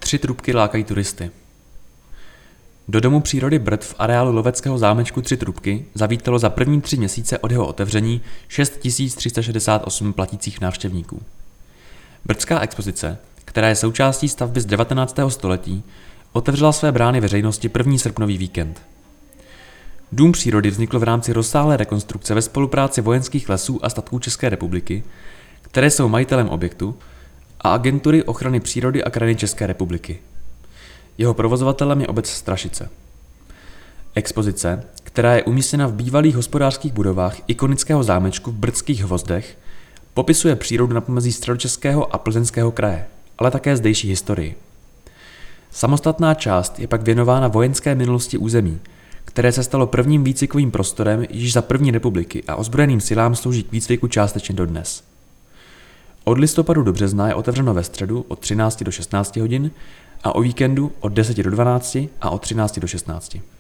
Tři trubky lákají turisty. Do Domu přírody Brd v areálu loveckého zámečku Tři trubky zavítalo za první 3 měsíce od jeho otevření 6 368 platících návštěvníků. Brdská expozice, která je součástí stavby z 19. století, otevřela své brány veřejnosti první srpnový víkend. Dům přírody vznikl v rámci rozsáhlé rekonstrukce ve spolupráci Vojenských lesů a statků České republiky, které jsou majitelem objektu, a Agentury ochrany přírody a krajiny České republiky. Jeho provozovatelem je obec Strašice. Expozice, která je umístěna v bývalých hospodářských budovách ikonického zámečku v Brdských Hvozdech, popisuje přírodu na pomezí Středočeského a Plzeňského kraje, ale také zdejší historii. Samostatná část je pak věnována vojenské minulosti území, které se stalo prvním výcvikovým prostorem již za první republiky a ozbrojeným silám slouží k výcviku částečně dodnes. Od listopadu do března je otevřeno ve středu od 13 do 16 hodin a o víkendu od 10 do 12 a od 13 do 16.